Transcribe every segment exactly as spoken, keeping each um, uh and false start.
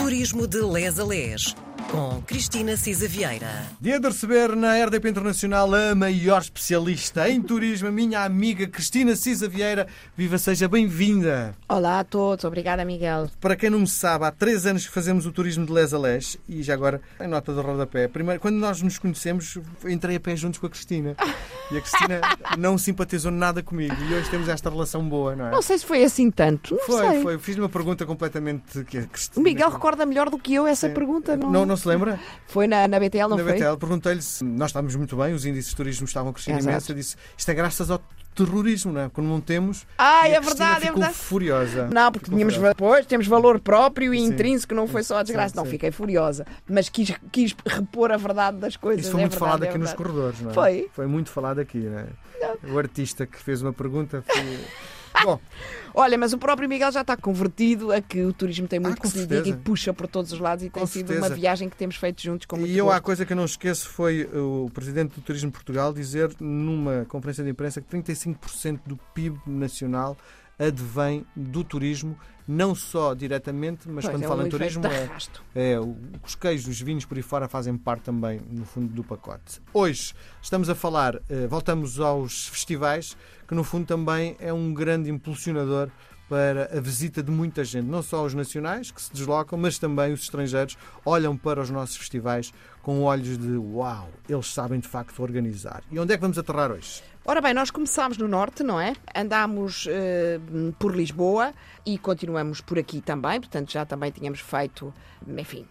Turismo de Les a Les, com Cristina Cisa Vieira. Dia de receber na R D P Internacional a maior especialista em turismo, a minha amiga Cristina Cisa Vieira. Viva, seja bem-vinda. Olá a todos, obrigada, Miguel. Para quem não me sabe, há três anos que fazemos o turismo de Les a Les e já agora, em nota de rodapé, primeiro, quando nós nos conhecemos, entrei a pé juntos com a Cristina. E a Cristina não simpatizou nada comigo e hoje temos esta relação boa, não é? Não sei se foi assim tanto, não Foi, sei. foi. Fiz-lhe uma pergunta completamente que a Cristina... O Miguel recorda melhor do que eu essa Sim. pergunta. Não, Não, não se lembra? Foi na, na B T L, não Na foi? B T L, perguntei-lhe se nós estávamos muito bem, os índices de turismo estavam a crescer Exato. imenso. Eu disse, isto é graças ao terrorismo, não é? Quando não temos. Ah, e é a Cristina verdade, é ficou verdade. furiosa. Não, porque Ficou tínhamos, furiosa. depois, temos valor próprio e Sim. intrínseco, não foi só a desgraça. Sim, Não, sim. fiquei furiosa. Mas quis, quis repor a verdade das coisas. Isso foi é muito verdade, falado é aqui nos verdade. corredores, não é? Foi? Foi muito falado aqui, não é? O artista que fez uma pergunta foi... Bom, Olha, mas o próprio Miguel já está convertido a que o turismo tem muito Ah, que com se lhe diga e certeza. puxa por todos os lados e tem Com sido certeza. uma viagem que temos feito juntos com muito e eu há gosto. coisa que eu não esqueço foi o Presidente do Turismo de Portugal dizer numa conferência de imprensa que trinta e cinco por cento do P I B nacional advém do turismo, não só diretamente, mas Pois, quando é fala um em efeito turismo de é, arrasto. é o- os queijos, os vinhos por aí fora fazem parte também, no fundo, do pacote. Hoje estamos a falar, eh, voltamos aos festivais, que no fundo também é um grande impulsionador para a visita de muita gente, não só os nacionais que se deslocam, mas também os estrangeiros olham para os nossos festivais com olhos de uau, eles sabem de facto organizar. E onde é que vamos aterrar hoje? Ora bem, nós começámos no norte, não é? Andámos eh, por Lisboa e continuamos por aqui também, portanto já também tínhamos feito, enfim,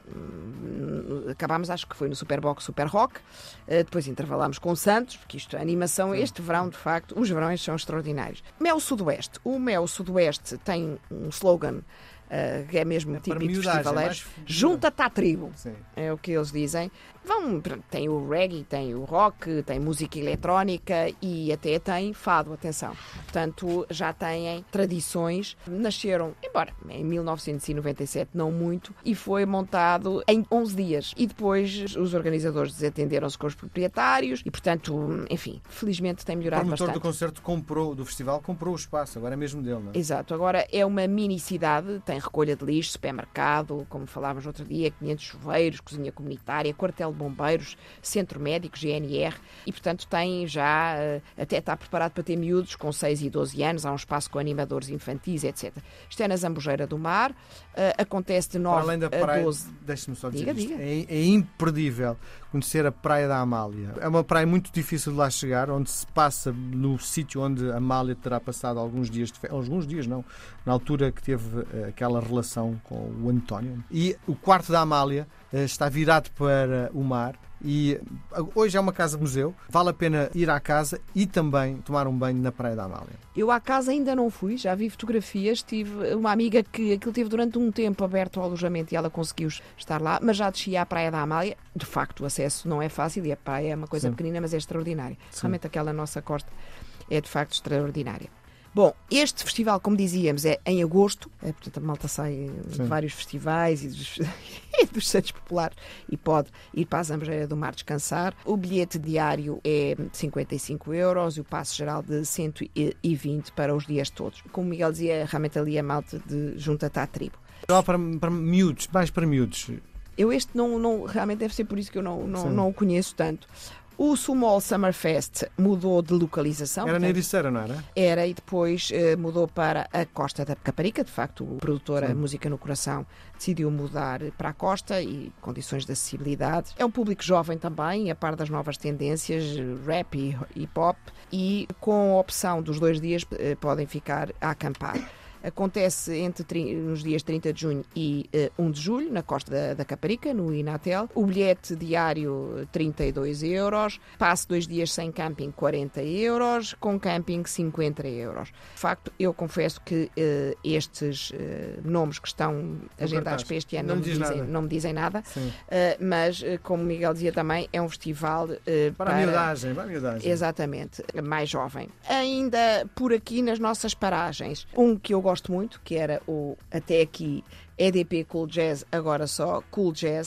hum, acabámos acho que foi no Superbox Super Rock, eh, depois intervalámos com Santos, porque isto, a animação, este verão de facto, os verões são extraordinários. Mel Sudoeste, o Mel Sudoeste tem um slogan Uh, que é mesmo É para típico de miudagem, festivaleiros, mais- junta-te à tribo, Sim. é o que eles dizem. Vão, tem o reggae, tem o rock, tem música eletrónica e até tem fado, atenção. Portanto, já têm tradições. Nasceram, embora em mil novecentos e noventa e sete, não muito, e foi montado em onze dias. E depois os organizadores desatenderam-se com os proprietários e, portanto, enfim, felizmente tem O melhorado promotor bastante. do concerto comprou, do festival, comprou o espaço, agora é mesmo dele, não é? Exato, agora é uma mini cidade, tem recolha de lixo, supermercado, como falávamos no outro dia, quinhentos chuveiros, cozinha comunitária, quartel de bombeiros, centro médico, G N R e, portanto, tem já, eh, até está preparado para ter miúdos com seis e doze anos, há um espaço com animadores infantis, etcétera. Isto é na Zambujeira do Mar, eh, acontece de Para nove além da a praia, doze. deixe-me só dizer Diga, isto, diga. É, é imperdível conhecer a Praia da Amália. É uma praia muito difícil de lá chegar, onde se passa no sítio onde a Amália terá passado alguns dias de férias, alguns dias não, na altura que teve eh, aquela relação com o António. E o quarto da Amália eh, está virado para o mar. E hoje é uma casa-museu, vale a pena ir à casa e também tomar um banho na Praia da Amália. Eu à casa ainda não fui, já vi fotografias, tive uma amiga que aquilo teve durante um tempo aberto ao alojamento e ela conseguiu estar lá, mas já descia à Praia da Amália. De facto, o acesso não é fácil e a praia é uma coisa Sim. pequenina, mas é extraordinária. Sim. Realmente aquela nossa costa é de facto extraordinária. Bom, este festival, como dizíamos, é em agosto, é, portanto a malta sai de Sim. vários festivais e dos, e dos Santos Populares e pode ir para a Zambujeira do Mar descansar. O bilhete diário é de cinquenta e cinco euros e o passe geral de cento e vinte para os dias todos. Como o Miguel dizia, realmente ali a malta de junta-te à tribo. Só para, para miúdos, mais para miúdos. Eu este não, não, realmente deve ser por isso que eu não, não, Sim. não o conheço tanto. O Sumol Summerfest mudou de localização. Era na portanto, Ericeira, não era? Era e depois eh, mudou para a Costa da Caparica. De facto, o produtor Sim. a Música no Coração decidiu mudar para a costa e condições de acessibilidade. É um público jovem também, a par das novas tendências, rap e hip hop, e com a opção dos dois dias eh, podem ficar a acampar. Acontece entre tri- nos dias trinta de junho e uh, um de julho, na Costa da, da Caparica, no Inatel. O bilhete diário, trinta e dois euros. Passe dois dias sem camping, quarenta euros. Com camping, cinquenta euros. De facto, eu confesso que uh, estes uh, nomes que estão agendados para este ano Não não, me me diz dizem, nada. não me dizem nada. Sim. Uh, mas, uh, como o Miguel dizia também, é um festival uh, Para a miudagem, para a miudagem. Exatamente, mais jovem. Ainda por aqui nas nossas paragens, um que eu gosto muito, que era o até aqui E D P Cool Jazz, agora só Cool Jazz,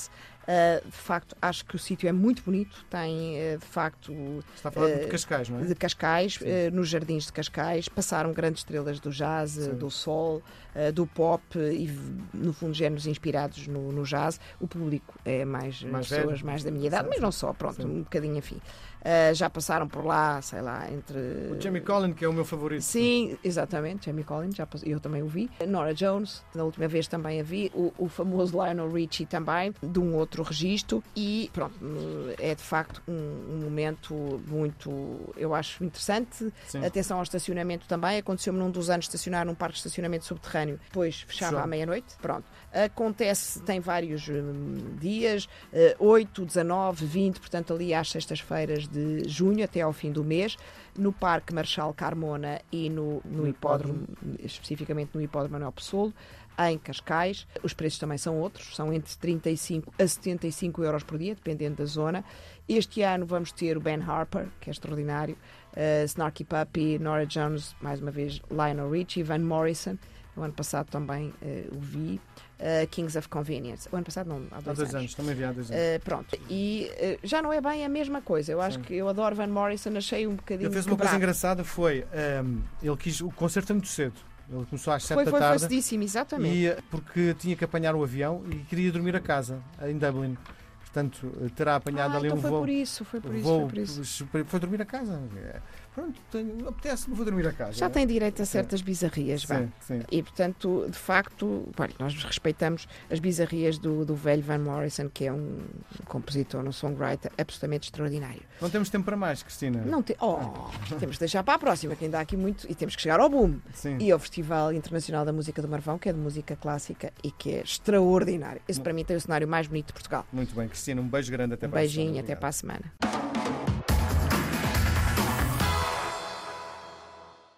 Uh, de facto, acho que o sítio é muito bonito. Tem, uh, de facto... Está a falar uh, de Cascais, não é? De Cascais, uh, nos jardins de Cascais. Passaram grandes estrelas do jazz, Sim. do soul, uh, do pop e, no fundo, géneros inspirados no, no jazz. O público é mais, mais pessoas velho. mais da minha idade, Sim. mas não só, pronto, Sim. um bocadinho afim. Uh, já passaram por lá, sei lá, entre... O Jamie Collins, que é o meu favorito. Sim, exatamente, Jamie Collins, já pass... eu também o vi. Nora Jones, na última vez também a vi. O, o famoso Lionel Richie também, de um outro registro. E pronto, é de facto um, um momento muito, eu acho, interessante. Sim. Atenção ao estacionamento também. Aconteceu-me num dos anos estacionar num parque de estacionamento subterrâneo, depois fechava Show. à meia-noite. Pronto. Acontece, tem vários hum, dias, uh, oito, dezanove, vinte, portanto ali às sextas-feiras de junho até ao fim do mês, no Parque Marechal Carmona e no, no, no hipódromo, hipódromo, especificamente no Hipódromo Manuel Pessoa, em Cascais. Os preços também são outros, são entre trinta e cinco a setenta e cinco euros por dia, dependendo da zona. Este ano vamos ter o Ben Harper, que é extraordinário, uh, Snarky Puppy, Nora Jones, mais uma vez Lionel Richie, Van Morrison, o ano passado também uh, o vi. Uh, Kings of Convenience. O ano passado não, há dois, há dois anos. anos. Também vi há dois anos. Uh, pronto, e uh, já não é bem a mesma coisa. Eu acho Sim. que eu adoro Van Morrison, achei um bocadinho Ele fez quebrado. Uma coisa engraçada, foi um, ele quis, o concerto foi muito cedo. Ele começou às sete foi, da foi, tarde. Foi cedíssimo, exatamente. E, porque tinha que apanhar o avião e queria dormir a casa, em Dublin. Portanto, terá apanhado ah, ali então um foi voo. Por isso, foi por isso, voo, foi por isso. Foi dormir a casa. Pronto, tenho, apetece-me, vou dormir a casa. Já tem direito a certas sim. bizarrias, sim, vá. Sim. E, portanto, de facto, olha, nós respeitamos as bizarrias do, do velho Van Morrison, que é um compositor, um songwriter absolutamente extraordinário. Não temos tempo para mais, Cristina. Não te... Oh, temos de deixar para a próxima, que ainda há aqui muito, e temos que chegar ao boom. Sim. E ao Festival Internacional da Música do Marvão, que é de música clássica e que é extraordinário. Esse, para mim, tem o cenário mais bonito de Portugal. Muito bem, Cristina, um beijo grande, até um para a beijinho, semana. até para a semana.